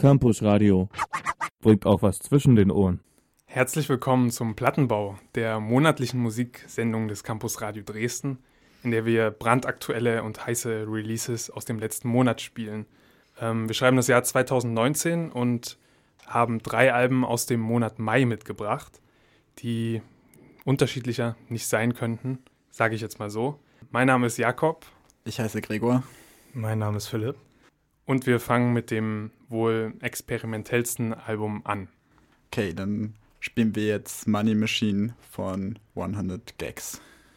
Campus Radio. Bringt auch was zwischen den Ohren. Herzlich willkommen zum Plattenbau, der monatlichen Musiksendung des Campus Radio Dresden, in der wir brandaktuelle und heiße Releases aus dem letzten Monat spielen. Wir schreiben das Jahr 2019 und haben 3 Alben aus dem Monat Mai mitgebracht, die unterschiedlicher nicht sein könnten, sage ich jetzt mal so. Mein Name ist Jakob. Ich heiße Gregor. Mein Name ist Philipp. Und wir fangen mit dem wohl experimentellsten Album an. Okay, dann spielen wir jetzt Money Machine von 100 Gags.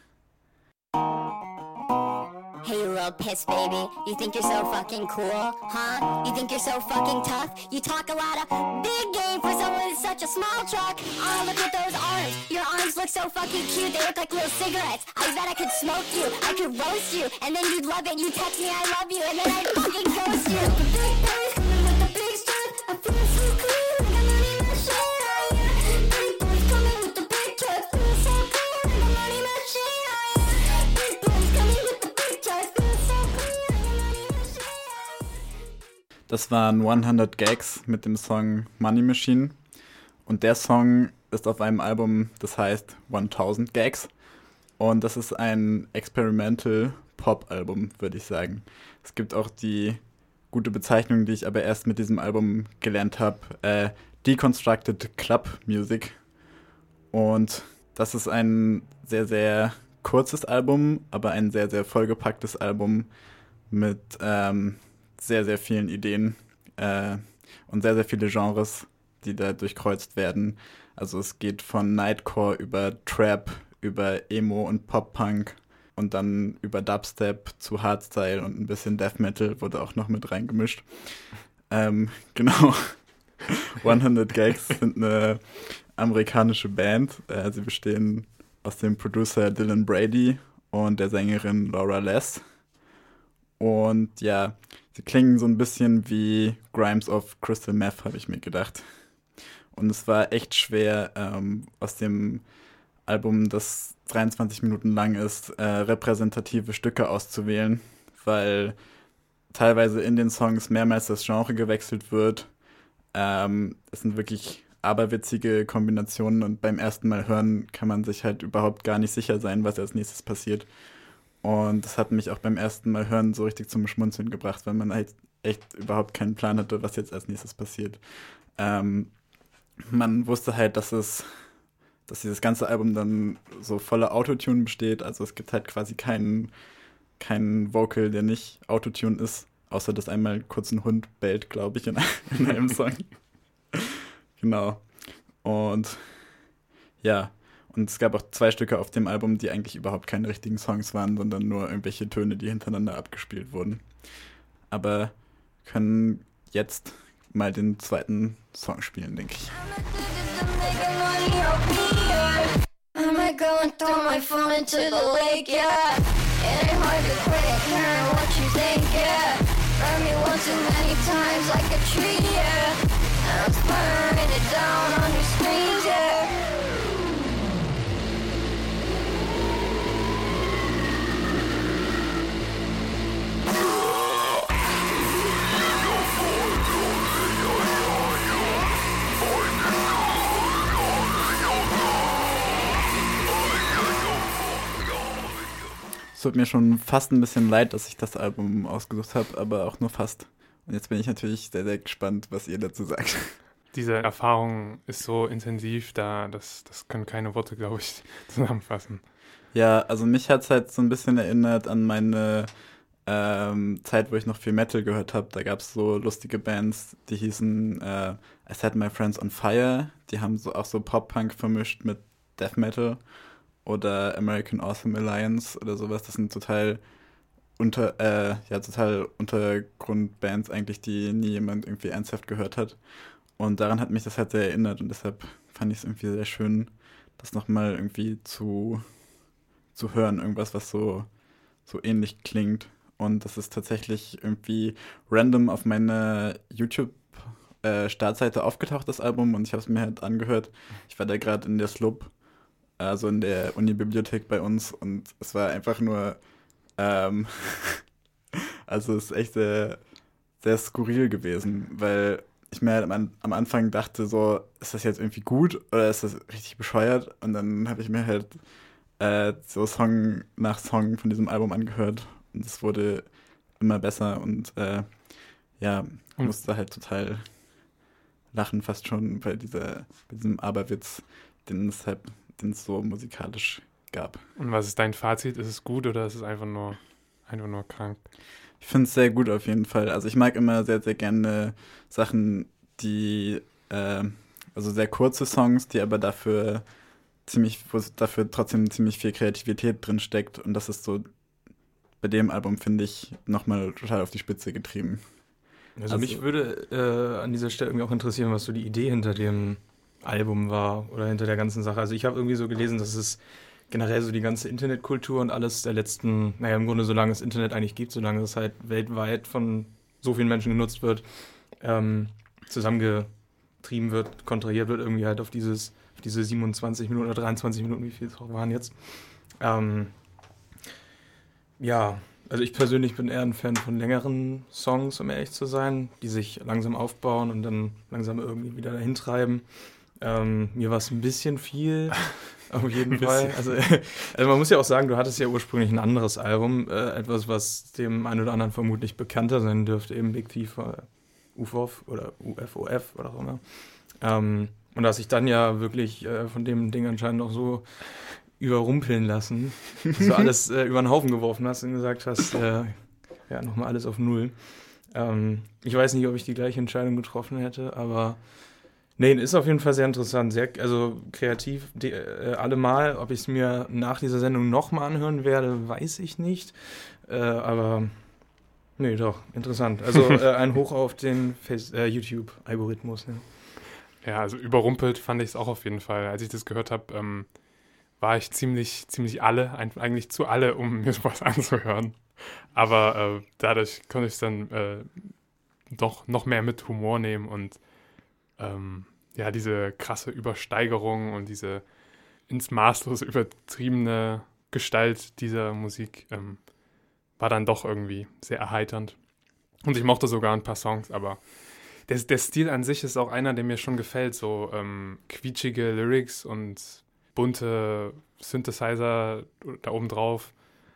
Hey, you little piss baby, you think you're so fucking cool, huh? You think you're so fucking tough? You talk a lot of big game for someone with such a small truck. Oh, look at those arms. Your arms look so fucking cute, they look like little cigarettes. I bet I could smoke you, I could roast you, and then you'd love it. You text me I love you, and then I'd fucking ghost you. The big boys coming with the big stuff. I feel so cool, like a money machine, oh yeah. Big boys coming with the big truck. Feel so cool, like a money machine, oh yeah. Big boys coming with the big truck. Feel so cool, like a money machine, oh yeah. Das waren 100 Gags mit dem Song Money Machine. Und der Song ist auf einem Album, das heißt 1000 Gags. Und das ist ein Experimental Pop-Album, würde ich sagen. Es gibt auch die gute Bezeichnung, die ich aber erst mit diesem Album gelernt habe, Deconstructed Club Music. Und das ist ein sehr, sehr kurzes Album, aber ein sehr, sehr vollgepacktes Album mit sehr, sehr vielen Ideen und sehr, sehr viele Genres, die da durchkreuzt werden. Also es geht von Nightcore über Trap, über Emo und Pop-Punk und dann über Dubstep zu Hardstyle und ein bisschen Death Metal wurde auch noch mit reingemischt. Genau. 100 Gags sind eine amerikanische Band. Sie bestehen aus dem Producer Dylan Brady und der Sängerin Laura Les. Und ja, sie klingen so ein bisschen wie Grimes of Crystal Meth, habe ich mir gedacht. Und es war echt schwer, aus dem Album, das 23 Minuten lang ist, repräsentative Stücke auszuwählen, weil teilweise in den Songs mehrmals das Genre gewechselt wird. Es sind wirklich aberwitzige Kombinationen und beim ersten Mal hören kann man sich halt überhaupt gar nicht sicher sein, was als nächstes passiert. Und das hat mich auch beim ersten Mal hören so richtig zum Schmunzeln gebracht, weil man halt echt überhaupt keinen Plan hatte, was jetzt als nächstes passiert. Man wusste halt, dass dieses ganze Album dann so voller Autotune besteht. Also es gibt halt quasi keinen Vocal, der nicht Autotune ist, außer dass einmal kurz ein Hund bellt, glaube ich, in einem Song. Genau. Und ja, und es gab auch 2 Stücke auf dem Album, die eigentlich überhaupt keine richtigen Songs waren, sondern nur irgendwelche Töne, die hintereinander abgespielt wurden. Aber können jetzt mal den zweiten Song spielen, denke ich. Am I going throw my phone into the lake, yeah. It ain't hard to quit, hearing what you think, yeah. Burn me one too many times like a tree, yeah. And I'm burning it down on your screens, yeah. Es tut mir schon fast ein bisschen leid, dass ich das Album ausgesucht habe, aber auch nur fast. Und jetzt bin ich natürlich sehr, sehr gespannt, was ihr dazu sagt. Diese Erfahrung ist so intensiv, das können keine Worte, glaube ich, zusammenfassen. Ja, also mich hat es halt so ein bisschen erinnert an meine Zeit, wo ich noch viel Metal gehört habe. Da gab es so lustige Bands, die hießen I Set My Friends on Fire. Die haben auch so Pop-Punk vermischt mit Death Metal. Oder American Awesome Alliance oder sowas. Das sind total Untergrundbands eigentlich, die nie jemand irgendwie ernsthaft gehört hat. Und daran hat mich das halt sehr erinnert und deshalb fand ich es irgendwie sehr schön, das nochmal irgendwie zu hören. Irgendwas, was so ähnlich klingt. Und das ist tatsächlich irgendwie random auf meiner YouTube-Startseite aufgetaucht, das Album. Und ich habe es mir halt angehört. Ich war da gerade in der Slub, also in der Uni-Bibliothek bei uns. Und es war einfach nur, also es ist echt sehr, sehr skurril gewesen, weil ich mir halt am Anfang dachte, so, ist das jetzt irgendwie gut oder ist das richtig bescheuert? Und dann habe ich mir halt so Song nach Song von diesem Album angehört und es wurde immer besser und musste halt total lachen, fast schon bei diesem Aberwitz, den es so musikalisch gab. Und was ist dein Fazit? Ist es gut oder ist es einfach nur krank? Ich finde es sehr gut auf jeden Fall. Also ich mag immer sehr, sehr gerne Sachen, die, also sehr kurze Songs, die aber dafür trotzdem ziemlich viel Kreativität drin steckt. Und das ist so bei dem Album, finde ich, nochmal total auf die Spitze getrieben. Also mich würde an dieser Stelle irgendwie auch interessieren, was so die Idee hinter dem Album war oder hinter der ganzen Sache. Also ich habe irgendwie so gelesen, dass es generell so die ganze Internetkultur und alles der letzten, im Grunde solange es Internet eigentlich gibt, solange es halt weltweit von so vielen Menschen genutzt wird, zusammengetrieben wird, kontrahiert wird, irgendwie halt auf diese 27 Minuten oder 23 Minuten, wie viel es auch waren jetzt. Also ich persönlich bin eher ein Fan von längeren Songs, um ehrlich zu sein, die sich langsam aufbauen und dann langsam irgendwie wieder dahin treiben. Mir war es ein bisschen viel, auf jeden Fall. Also man muss ja auch sagen, du hattest ja ursprünglich ein anderes Album, etwas, was dem einen oder anderen vermutlich bekannter sein dürfte, eben Big Thief, UFOF oder UFOF oder auch immer. Und dass ich dann ja wirklich von dem Ding anscheinend auch so überrumpeln lassen, dass du alles über den Haufen geworfen hast und gesagt hast, nochmal alles auf Null. Ich weiß nicht, ob ich die gleiche Entscheidung getroffen hätte, aber ist auf jeden Fall sehr interessant, also kreativ allemal. Ob ich es mir nach dieser Sendung nochmal anhören werde, weiß ich nicht, aber doch, interessant. Also ein Hoch auf den YouTube-Algorithmus. Ne? Ja, also überrumpelt fand ich es auch auf jeden Fall. Als ich das gehört habe, war ich ziemlich eigentlich zu alle, um mir sowas anzuhören. Aber dadurch konnte ich es dann doch noch mehr mit Humor nehmen und diese krasse Übersteigerung und diese ins Maßlos übertriebene Gestalt dieser Musik war dann doch irgendwie sehr erheiternd. Und ich mochte sogar ein paar Songs, aber der Stil an sich ist auch einer, der mir schon gefällt. So quietschige Lyrics und bunte Synthesizer da oben drauf.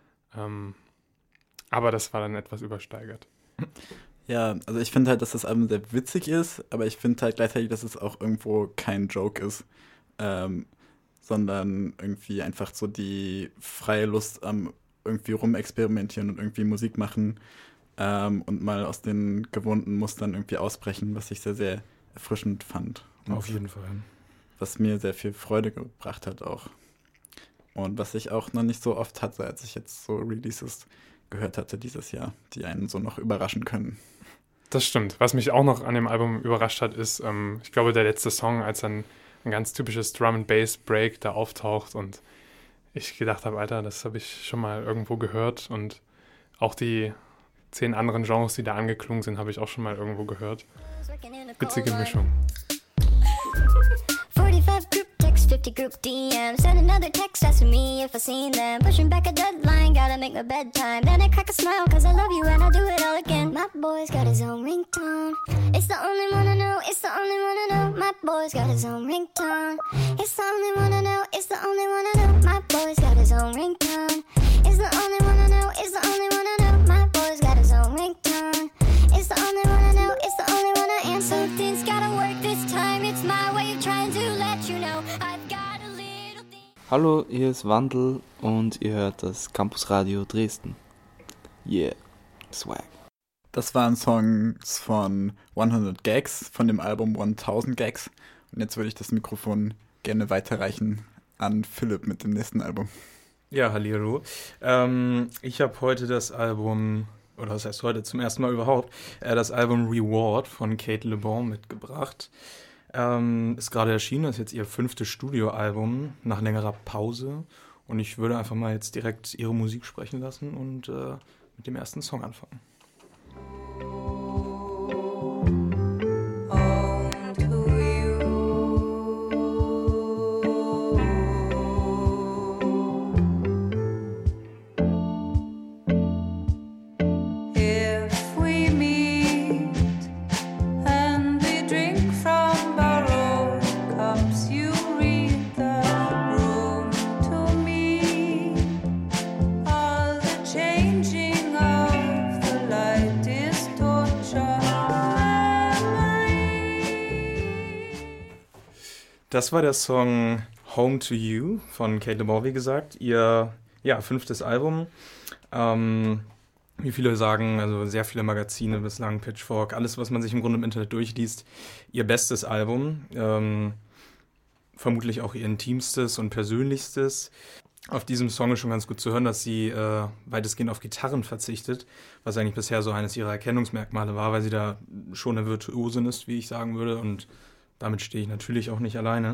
Aber das war dann etwas übersteigert. Ja, also ich finde halt, dass das Album sehr witzig ist, aber ich finde halt gleichzeitig, dass es auch irgendwo kein Joke ist, sondern irgendwie einfach so die freie Lust am irgendwie rumexperimentieren und irgendwie Musik machen und mal aus den gewohnten Mustern irgendwie ausbrechen, was ich sehr, sehr erfrischend fand. Auf jeden Fall. Was mir sehr viel Freude gebracht hat auch. Und was ich auch noch nicht so oft hatte, als ich jetzt so Releases gehört hatte dieses Jahr, die einen so noch überraschen können. Das stimmt. Was mich auch noch an dem Album überrascht hat, ist, ich glaube, der letzte Song, als dann ein ganz typisches Drum-and-Bass-Break da auftaucht und ich gedacht habe, Alter, das habe ich schon mal irgendwo gehört und auch die 10 anderen Genres, die da angeklungen sind, habe ich auch schon mal irgendwo gehört. Witzige Mischung. 45 group text, 50 group DM. Send another text asking me if I seen them. Pushing back a deadline, gotta make my bedtime. Then I crack a smile cause I love you and I'll do it all again. My boy's got his own ringtone. It's the only one I know, it's the only one I know. My boy's got his own ringtone. It's the only one I know, it's the only one I know. My boy's got his own ringtone. It's the only one I know, it's the only one I know. My boy's got his own ringtone. It's the only one I know, it's the only one I am. So things gotta work this time. It's my way of trying to let you know I've got a little thing. Hallo, hier ist Wandel und ihr hört das Campusradio Dresden. Yeah, swag. Das waren Songs von 100 Gags, von dem Album 1000 Gags. Und jetzt würde ich das Mikrofon gerne weiterreichen an Philipp mit dem nächsten Album. Ja, hallihallo. Ich habe heute das Album, oder was heißt heute, zum ersten Mal überhaupt, das Album Reward von Kate Le Bon mitgebracht. Ist gerade erschienen, ist jetzt ihr 5. Studioalbum nach längerer Pause. Und ich würde einfach mal jetzt direkt ihre Musik sprechen lassen und mit dem ersten Song anfangen. If we meet and between Das war der Song Home to You von Kate LeBon, wie gesagt. Ihr 5. Album. Wie viele sagen, also sehr viele Magazine bislang, Pitchfork, alles, was man sich im Grunde im Internet durchliest, ihr bestes Album. Vermutlich auch ihr intimstes und persönlichstes. Auf diesem Song ist schon ganz gut zu hören, dass sie weitestgehend auf Gitarren verzichtet, was eigentlich bisher so eines ihrer Erkennungsmerkmale war, weil sie da schon eine Virtuosin ist, wie ich sagen würde, und damit stehe ich natürlich auch nicht alleine.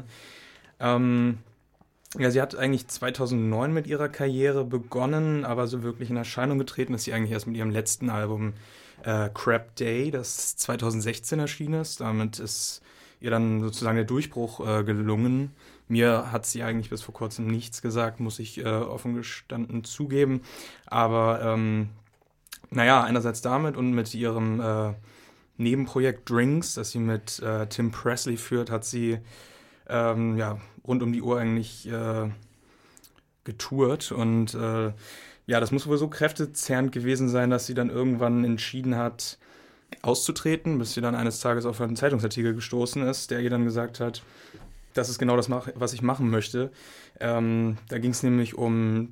Sie hat eigentlich 2009 mit ihrer Karriere begonnen, aber so wirklich in Erscheinung getreten ist sie eigentlich erst mit ihrem letzten Album Crap Day, das 2016 erschienen ist. Damit ist ihr dann sozusagen der Durchbruch gelungen. Mir hat sie eigentlich bis vor kurzem nichts gesagt, muss ich offen gestanden zugeben. Aber einerseits damit und mit ihrem Nebenprojekt Drinks, das sie mit Tim Presley führt, hat sie rund um die Uhr eigentlich getourt. Und das muss wohl so kräftezehrend gewesen sein, dass sie dann irgendwann entschieden hat, auszutreten, bis sie dann eines Tages auf einen Zeitungsartikel gestoßen ist, der ihr dann gesagt hat, das ist genau das, was ich machen möchte. Da ging es nämlich um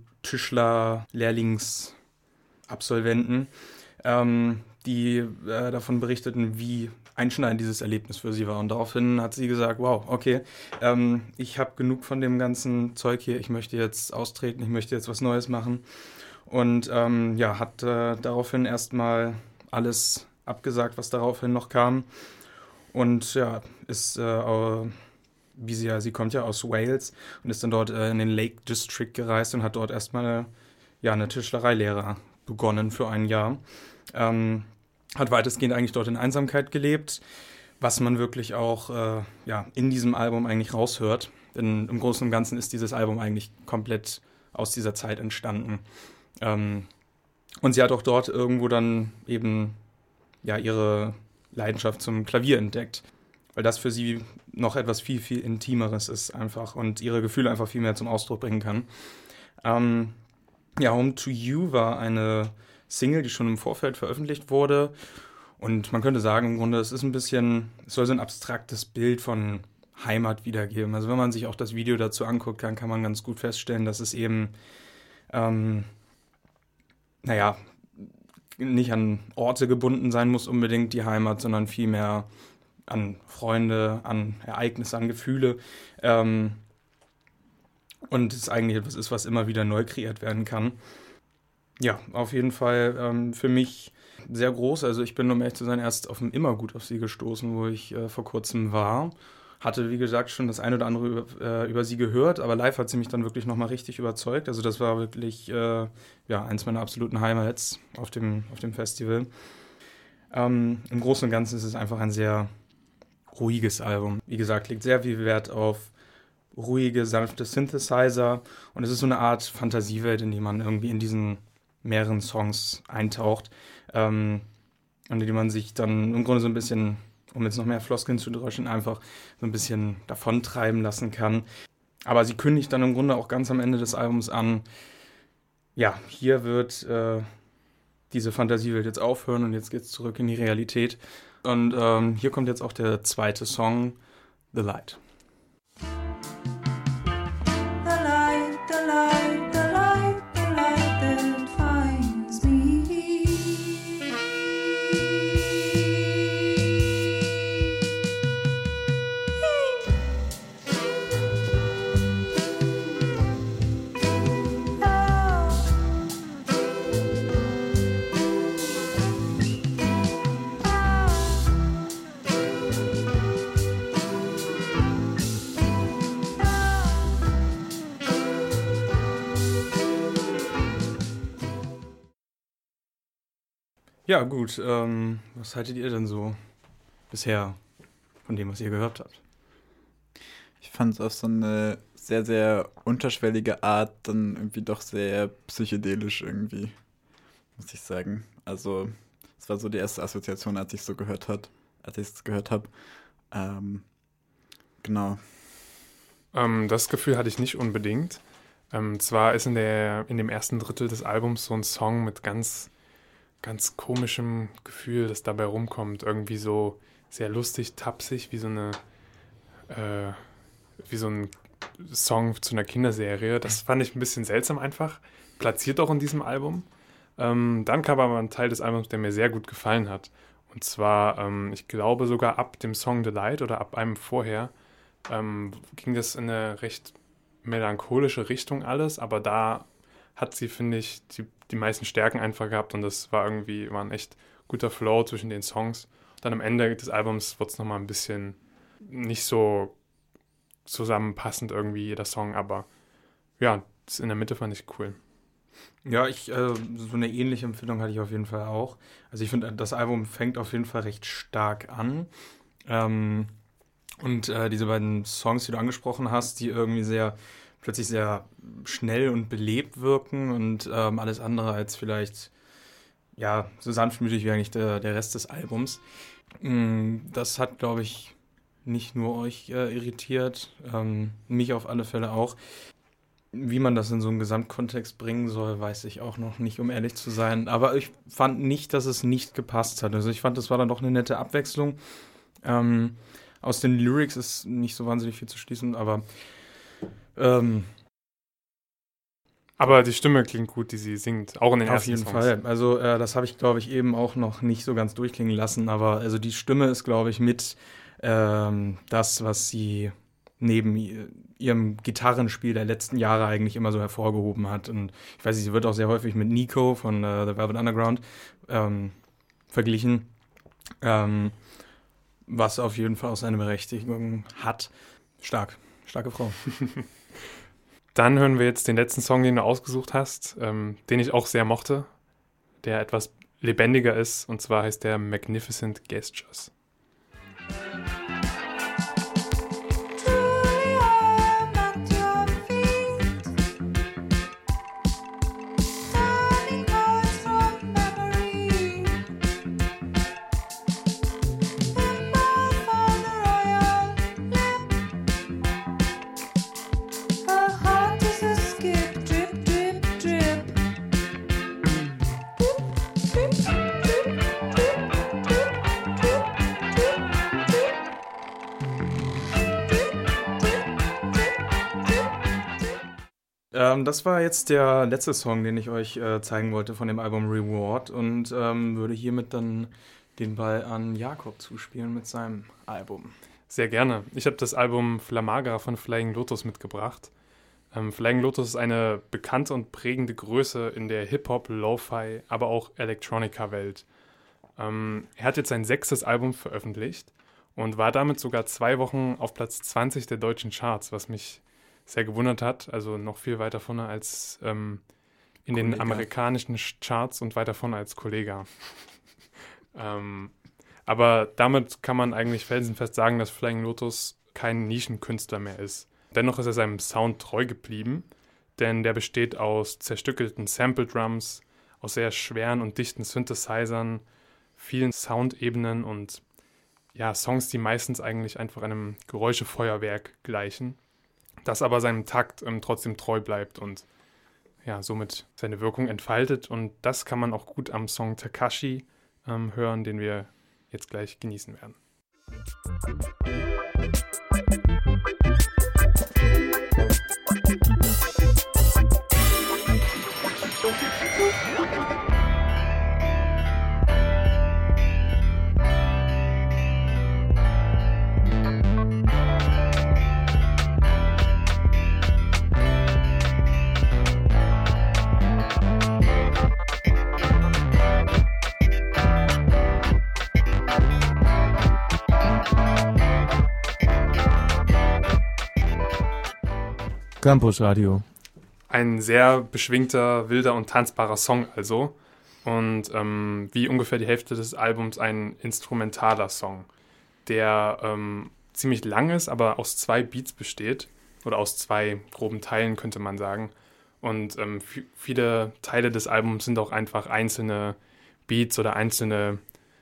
Tischler-Lehrlingsabsolventen, die davon berichteten, wie einschneidend dieses Erlebnis für sie war. Und daraufhin hat sie gesagt, wow, okay, ich habe genug von dem ganzen Zeug hier, ich möchte jetzt austreten, ich möchte jetzt was Neues machen. Und hat daraufhin erstmal alles abgesagt, was daraufhin noch kam. Und ist, sie kommt ja aus Wales und ist dann dort in den Lake District gereist und hat dort erstmal eine Tischlereilehre begonnen für ein Jahr. Hat weitestgehend eigentlich dort in Einsamkeit gelebt, was man wirklich auch in diesem Album eigentlich raushört. Denn im Großen und Ganzen ist dieses Album eigentlich komplett aus dieser Zeit entstanden. Und sie hat auch dort irgendwo dann eben ihre Leidenschaft zum Klavier entdeckt, weil das für sie noch etwas viel, viel Intimeres ist einfach und ihre Gefühle einfach viel mehr zum Ausdruck bringen kann. Home to You war eine Single, die schon im Vorfeld veröffentlicht wurde. Und man könnte sagen, im Grunde, es soll so ein abstraktes Bild von Heimat wiedergeben. Also wenn man sich auch das Video dazu anguckt, kann man ganz gut feststellen, dass es eben, nicht an Orte gebunden sein muss unbedingt, die Heimat, sondern vielmehr an Freunde, an Ereignisse, an Gefühle. Und es eigentlich etwas ist, was immer wieder neu kreiert werden kann. Ja, auf jeden Fall für mich sehr groß. Also ich bin, um ehrlich zu sein, erst auf dem Immergut auf sie gestoßen, wo ich vor kurzem war. Hatte, wie gesagt, schon das eine oder andere über sie gehört, aber live hat sie mich dann wirklich nochmal richtig überzeugt. Also das war wirklich eins meiner absoluten Highlights auf dem Festival. Im Großen und Ganzen ist es einfach ein sehr ruhiges Album. Wie gesagt, legt sehr viel Wert auf ruhige, sanfte Synthesizer und es ist so eine Art Fantasiewelt, in die man irgendwie in diesen mehreren Songs eintaucht und in die man sich dann im Grunde so ein bisschen, um jetzt noch mehr Floskeln zu dreschen, einfach so ein bisschen davontreiben lassen kann. Aber sie kündigt dann im Grunde auch ganz am Ende des Albums an, hier wird diese Fantasiewelt jetzt aufhören und jetzt geht's zurück in die Realität. Und hier kommt jetzt auch der zweite Song, The Light. Ja, gut. Was haltet ihr denn so bisher von dem, was ihr gehört habt? Ich fand es auf so eine sehr, sehr unterschwellige Art dann irgendwie doch sehr psychedelisch irgendwie, muss ich sagen. Also, es war so die erste Assoziation, als ich es gehört habe. Genau. Das Gefühl hatte ich nicht unbedingt. Zwar ist in dem ersten Drittel des Albums so ein Song mit ganz komischem Gefühl, das dabei rumkommt. Irgendwie so sehr lustig, tapsig, wie so eine wie so ein Song zu einer Kinderserie. Das fand ich ein bisschen seltsam einfach. Platziert auch in diesem Album. Dann kam aber ein Teil des Albums, der mir sehr gut gefallen hat. Und zwar, ich glaube sogar ab dem Song The Light oder ab einem vorher, ging das in eine recht melancholische Richtung alles, aber da hat sie, finde ich, die meisten Stärken einfach gehabt und das war ein echt guter Flow zwischen den Songs. Dann am Ende des Albums wird es nochmal ein bisschen nicht so zusammenpassend irgendwie jeder Song, aber ja, das in der Mitte fand ich cool. Ja, so eine ähnliche Empfindung hatte ich auf jeden Fall auch. Also ich finde, das Album fängt auf jeden Fall recht stark an. Und diese beiden Songs, die du angesprochen hast, die irgendwie plötzlich sehr schnell und belebt wirken und alles andere als vielleicht, ja, so sanftmütig wie eigentlich der Rest des Albums. Das hat, glaube ich, nicht nur euch irritiert, mich auf alle Fälle auch. Wie man das in so einen Gesamtkontext bringen soll, weiß ich auch noch nicht, um ehrlich zu sein. Aber ich fand nicht, dass es nicht gepasst hat. Also ich fand, das war dann doch eine nette Abwechslung. Aus den Lyrics ist nicht so wahnsinnig viel zu schließen, aber aber die Stimme klingt gut, die sie singt, auch in den ersten Songs. Auf jeden Fall. Also das habe ich, glaube ich, eben auch noch nicht so ganz durchklingen lassen. Aber also die Stimme ist, glaube ich, mit das, was sie neben ihrem Gitarrenspiel der letzten Jahre eigentlich immer so hervorgehoben hat. Und ich weiß nicht, sie wird auch sehr häufig mit Nico von The Velvet Underground verglichen, was auf jeden Fall auch seine Berechtigung hat. Starke Frau. Dann hören wir jetzt den letzten Song, den du ausgesucht hast, den ich auch sehr mochte, der etwas lebendiger ist, und zwar heißt der Magnificent Gestures. Das war jetzt der letzte Song, den ich euch zeigen wollte von dem Album Reward und würde hiermit dann den Ball an Jakob zuspielen mit seinem Album. Sehr gerne. Ich habe das Album Flamagra von Flying Lotus mitgebracht. Flying Lotus ist eine bekannte und prägende Größe in der Hip-Hop, Lo-Fi, aber auch Electronica-Welt. Er hat jetzt sein 6. Album veröffentlicht und war damit sogar 2 Wochen auf Platz 20 der deutschen Charts, was mich sehr gewundert hat, also noch viel weiter vorne als in den amerikanischen Charts und weiter vorne als Kollega. Aber damit kann man eigentlich felsenfest sagen, dass Flying Lotus kein Nischenkünstler mehr ist. Dennoch ist er seinem Sound treu geblieben, denn der besteht aus zerstückelten Sample-Drums, aus sehr schweren und dichten Synthesizern, vielen Soundebenen und ja, Songs, die meistens eigentlich einfach einem Geräuschefeuerwerk gleichen, das aber seinem Takt trotzdem treu bleibt und ja, somit seine Wirkung entfaltet. Und das kann man auch gut am Song Takashi hören, den wir jetzt gleich genießen werden. Campus Radio. Ein sehr beschwingter, wilder und tanzbarer Song also. Und wie ungefähr die Hälfte des Albums ein instrumentaler Song, der ziemlich lang ist, aber aus 2 Beats besteht. Oder aus 2 groben Teilen, könnte man sagen. Und viele Teile des Albums sind auch einfach einzelne Beats oder einzelne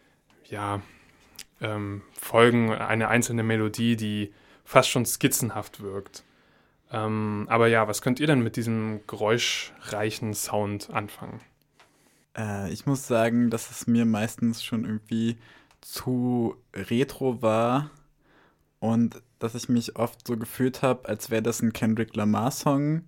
Folgen, eine einzelne Melodie, die fast schon skizzenhaft wirkt. Aber ja, was könnt ihr denn mit diesem geräuschreichen Sound anfangen? Ich muss sagen, dass es mir meistens schon irgendwie zu retro war und dass ich mich oft so gefühlt habe, als wäre das ein Kendrick Lamar-Song.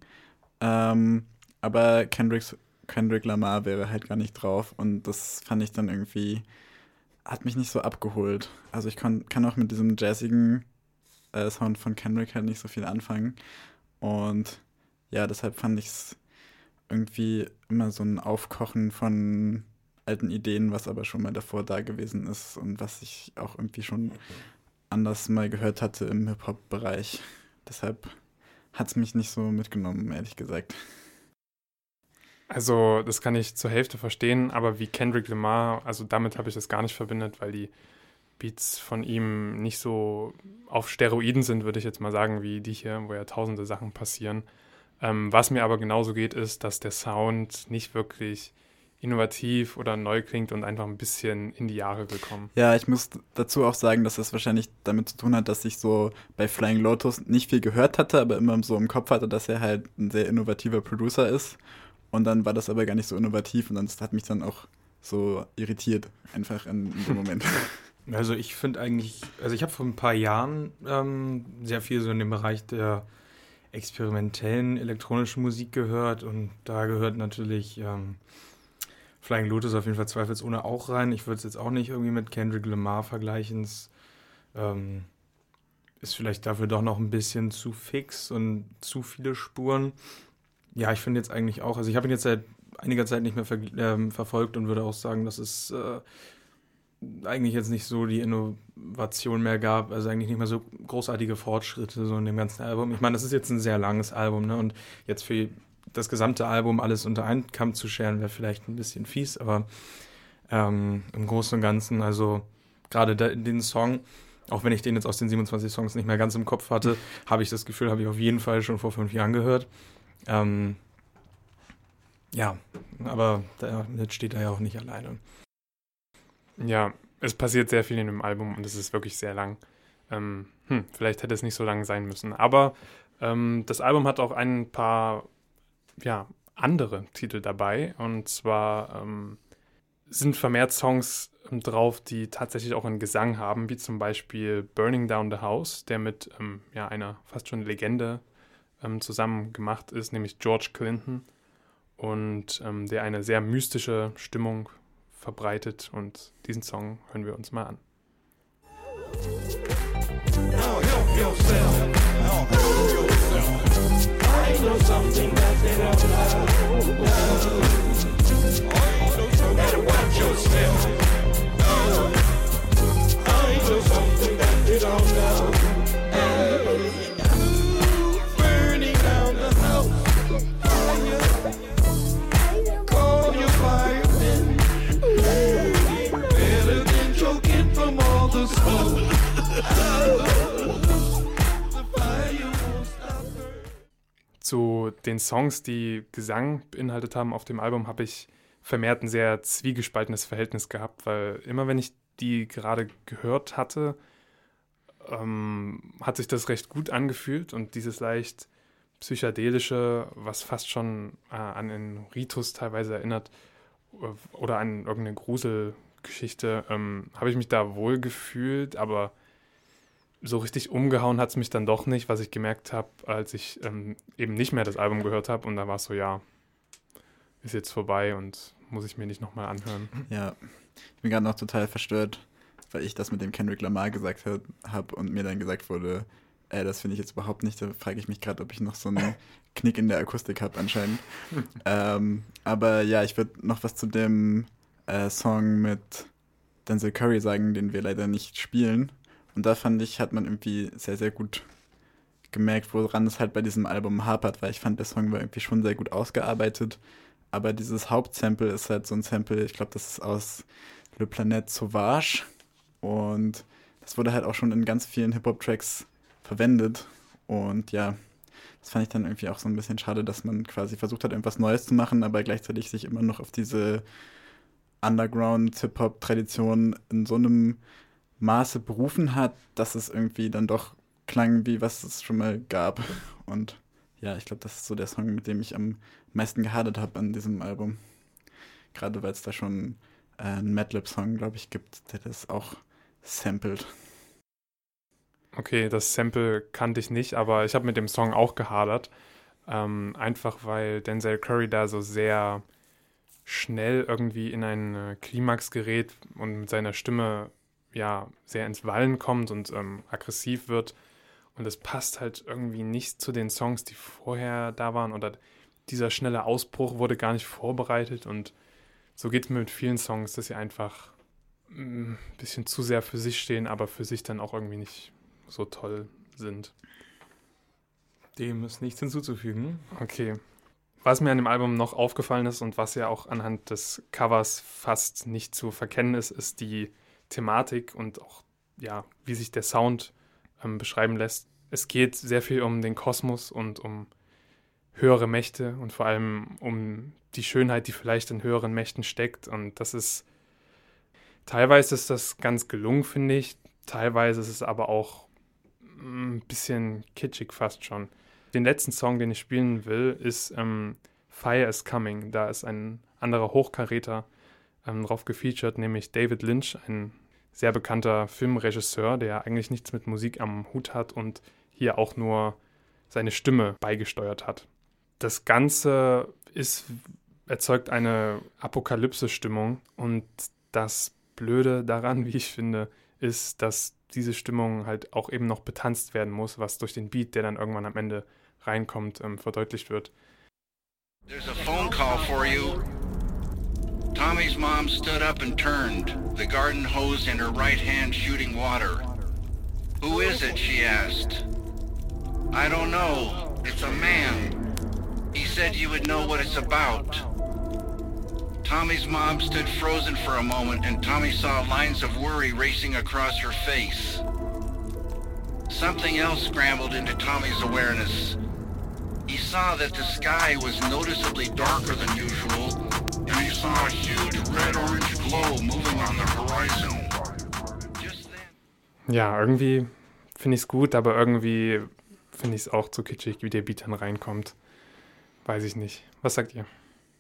Aber Kendrick Lamar wäre halt gar nicht drauf. Und das fand ich dann irgendwie, hat mich nicht so abgeholt. Also ich kann auch mit diesem jazzigen Sound von Kendrick halt nicht so viel anfangen. Und ja, deshalb fand ich es irgendwie immer so ein Aufkochen von alten Ideen, was aber schon mal davor da gewesen ist und was ich auch irgendwie schon anders mal gehört hatte im Hip-Hop-Bereich. Deshalb hat es mich nicht so mitgenommen, ehrlich gesagt. Also das kann ich zur Hälfte verstehen, aber wie Kendrick Lamar, also damit habe ich das gar nicht verbindet, weil die Beats von ihm nicht so auf Steroiden sind, würde ich jetzt mal sagen, wie die hier, wo ja tausende Sachen passieren. Was mir aber genauso geht, ist, dass der Sound nicht wirklich innovativ oder neu klingt und einfach ein bisschen in die Jahre gekommen. Ja, ich muss dazu auch sagen, dass das wahrscheinlich damit zu tun hat, dass ich so bei Flying Lotus nicht viel gehört hatte, aber immer so im Kopf hatte, dass er halt ein sehr innovativer Producer ist. Und dann war das aber gar nicht so innovativ und das hat mich dann auch so irritiert, einfach in dem Moment. Also ich finde eigentlich, also ich habe vor ein paar Jahren sehr viel so in dem Bereich der experimentellen elektronischen Musik gehört und da gehört natürlich Flying Lotus auf jeden Fall zweifelsohne auch rein. Ich würde es jetzt auch nicht irgendwie mit Kendrick Lamar vergleichen. Es ist vielleicht dafür doch noch ein bisschen zu fix und zu viele Spuren. Ja, ich finde jetzt eigentlich auch, also ich habe ihn jetzt seit einiger Zeit nicht mehr verfolgt und würde auch sagen, dass es eigentlich jetzt nicht so die Innovation mehr gab, also eigentlich nicht mehr so großartige Fortschritte so in dem ganzen Album. Ich meine, das ist jetzt ein sehr langes Album, ne? Und jetzt für das gesamte Album alles unter einen Kamm zu scheren, wäre vielleicht ein bisschen fies, aber im Großen und Ganzen, also gerade den Song, auch wenn ich den jetzt aus den 27 Songs nicht mehr ganz im Kopf hatte, habe ich das Gefühl, habe ich auf jeden Fall schon vor 5 Jahren gehört. Ja, aber damit steht er ja auch nicht alleine. Ja, es passiert sehr viel in dem Album und es ist wirklich sehr lang. Vielleicht hätte es nicht so lang sein müssen. Aber das Album hat auch ein paar andere Titel dabei. Und zwar sind vermehrt Songs drauf, die tatsächlich auch einen Gesang haben, wie zum Beispiel Burning Down the House, der mit einer fast schon Legende zusammen gemacht ist, nämlich George Clinton. Und der eine sehr mystische Stimmung verbreitet und diesen Song hören wir uns mal an. Now help yourself. Now help yourself. I know something that they don't know. I know something that watch yourself. I know something that they don't know. Burning down the house. Call your firemen. Better than choking from all the smoke. Zu den Songs, die Gesang beinhaltet haben auf dem Album, habe ich vermehrt ein sehr zwiegespaltenes Verhältnis gehabt, weil immer wenn ich die gerade gehört hatte, hat sich das recht gut angefühlt und dieses leicht psychedelische, was fast schon an einen Ritus teilweise erinnert oder an irgendeine Gruselgeschichte, habe ich mich da wohl gefühlt, aber so richtig umgehauen hat es mich dann doch nicht, was ich gemerkt habe, als ich eben nicht mehr das Album gehört habe und da war es so, ja, ist jetzt vorbei und muss ich mir nicht nochmal anhören. Ja, ich bin gerade noch total verstört, weil ich das mit dem Kendrick Lamar gesagt habe und mir dann gesagt wurde, das finde ich jetzt überhaupt nicht, da frage ich mich gerade, ob ich noch so einen Knick in der Akustik habe anscheinend. Aber ja, ich würde noch was zu dem Song mit Denzel Curry sagen, den wir leider nicht spielen. Und da fand ich, hat man irgendwie sehr, sehr gut gemerkt, woran es halt bei diesem Album hapert, weil ich fand, der Song war irgendwie schon sehr gut ausgearbeitet. Aber dieses Hauptsample ist halt so ein Sample, ich glaube, das ist aus Le Planète Sauvage. Und das wurde halt auch schon in ganz vielen Hip-Hop-Tracks verwendet. Und ja, das fand ich dann irgendwie auch so ein bisschen schade, dass man quasi versucht hat, irgendwas Neues zu machen, aber gleichzeitig sich immer noch auf diese Underground-Hip-Hop-Tradition in so einem Maße berufen hat, dass es irgendwie dann doch klang, wie was es schon mal gab. Und ja, ich glaube, das ist so der Song, mit dem ich am meisten gehadert habe an diesem Album. Gerade weil es da schon einen Madlib-Song, glaube ich, gibt, der das auch samplet. Okay, das Sample kannte ich nicht, aber ich habe mit dem Song auch gehadert. Einfach weil Denzel Curry da so sehr schnell irgendwie in einen Klimax gerät und mit seiner Stimme ja sehr ins Wallen kommt und aggressiv wird. Und es passt halt irgendwie nicht zu den Songs, die vorher da waren. Oder dieser schnelle Ausbruch wurde gar nicht vorbereitet. Und so geht es mir mit vielen Songs, dass sie einfach ein bisschen zu sehr für sich stehen, aber für sich dann auch irgendwie nicht so toll sind. Dem ist nichts hinzuzufügen. Okay. Was mir an dem Album noch aufgefallen ist und was ja auch anhand des Covers fast nicht zu verkennen ist, ist die Thematik und auch, ja, wie sich der Sound beschreiben lässt. Es geht sehr viel um den Kosmos und um höhere Mächte und vor allem um die Schönheit, die vielleicht in höheren Mächten steckt. Und teilweise ist das ganz gelungen, finde ich. Teilweise ist es aber auch ein bisschen kitschig fast schon. Den letzten Song, den ich spielen will, ist Fire is Coming. Da ist ein anderer Hochkaräter drauf gefeatured, nämlich David Lynch, ein sehr bekannter Filmregisseur, der eigentlich nichts mit Musik am Hut hat und hier auch nur seine Stimme beigesteuert hat. Das Ganze erzeugt eine Apokalypse-Stimmung und das Blöde daran, wie ich finde, ist, dass diese Stimmung halt auch eben noch betanzt werden muss, was durch den Beat, der dann irgendwann am Ende reinkommt, verdeutlicht wird. There's a phone call for you. Tommy's mom stood up and turned, the garden hose in her right hand shooting water. Who is it, she asked. I don't know. It's a man. He said you would know what it's about. Tommy's mom stood frozen for a moment and Tommy saw lines of worry racing across her face. Something else scrambled into Tommy's awareness. He saw that the sky was noticeably darker than usual, and he saw a huge red-orange glow moving on the horizon. Just then... Ja, irgendwie finde ich es gut, aber irgendwie finde ich es auch zu kitschig, wie der Beat dann reinkommt. Weiß ich nicht. Was sagt ihr?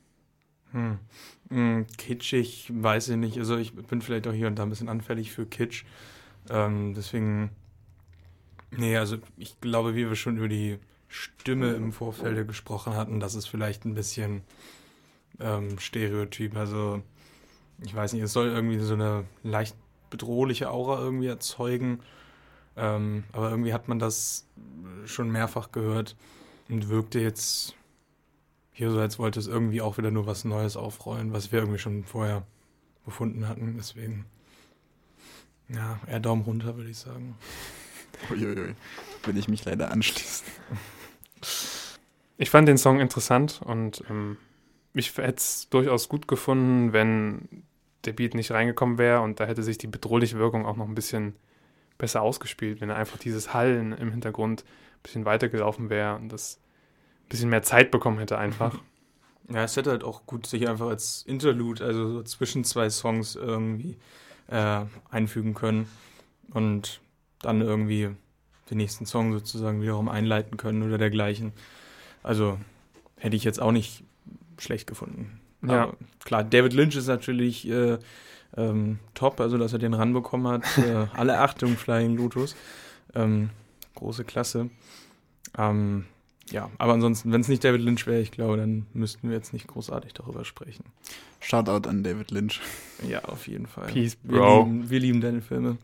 Kitschig, weiß ich nicht. Also ich bin vielleicht auch hier und da ein bisschen anfällig für Kitsch. Deswegen, nee, also ich glaube, wie wir schon über die Stimme im Vorfeld gesprochen hatten, das ist vielleicht ein bisschen Stereotyp. Also ich weiß nicht, es soll irgendwie so eine leicht bedrohliche Aura irgendwie erzeugen. Aber irgendwie hat man das schon mehrfach gehört und wirkte jetzt hier so, als wollte es irgendwie auch wieder nur was Neues aufrollen, was wir irgendwie schon vorher gefunden hatten. Deswegen, ja, eher Daumen runter, würde ich sagen. Uiuiui, würde ich mich leider anschließen. Ich fand den Song interessant und ich hätte es durchaus gut gefunden, wenn der Beat nicht reingekommen wäre und da hätte sich die bedrohliche Wirkung auch noch ein bisschen besser ausgespielt, wenn er einfach dieses Hallen im Hintergrund ein bisschen weitergelaufen wäre und das ein bisschen mehr Zeit bekommen hätte einfach. Ja, es hätte halt auch gut sich einfach als Interlude, also so zwischen zwei Songs irgendwie einfügen können und dann irgendwie den nächsten Song sozusagen wiederum einleiten können oder dergleichen. Also hätte ich jetzt auch nicht schlecht gefunden. Ja. Aber klar, David Lynch ist natürlich top, also dass er den ranbekommen hat. Alle Achtung, Flying Lotus. Große Klasse. Ja, aber ansonsten, wenn es nicht David Lynch wäre, ich glaube, dann müssten wir jetzt nicht großartig darüber sprechen. Shoutout an David Lynch. Ja, auf jeden Fall. Peace, Bro. Wir lieben deine Filme.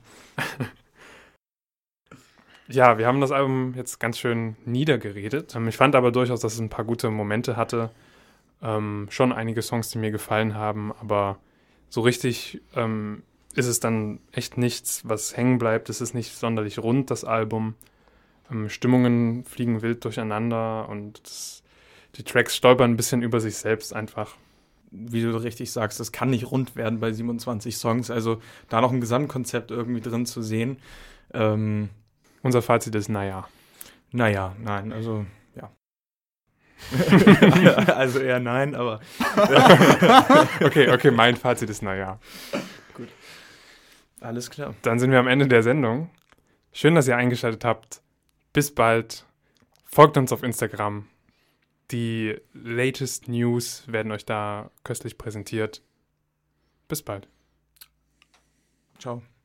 Ja, wir haben das Album jetzt ganz schön niedergeredet. Ich fand aber durchaus, dass es ein paar gute Momente hatte. Schon einige Songs, die mir gefallen haben, aber so richtig ist es dann echt nichts, was hängen bleibt. Es ist nicht sonderlich rund, das Album. Stimmungen fliegen wild durcheinander und die Tracks stolpern ein bisschen über sich selbst einfach. Wie du richtig sagst, das kann nicht rund werden bei 27 Songs. Also da noch ein Gesamtkonzept irgendwie drin zu sehen. Unser Fazit ist, naja. Naja, nein, also ja. Also eher nein, aber Okay, mein Fazit ist, naja. Gut. Alles klar. Dann sind wir am Ende der Sendung. Schön, dass ihr eingeschaltet habt. Bis bald. Folgt uns auf Instagram. Die latest News werden euch da köstlich präsentiert. Bis bald. Ciao.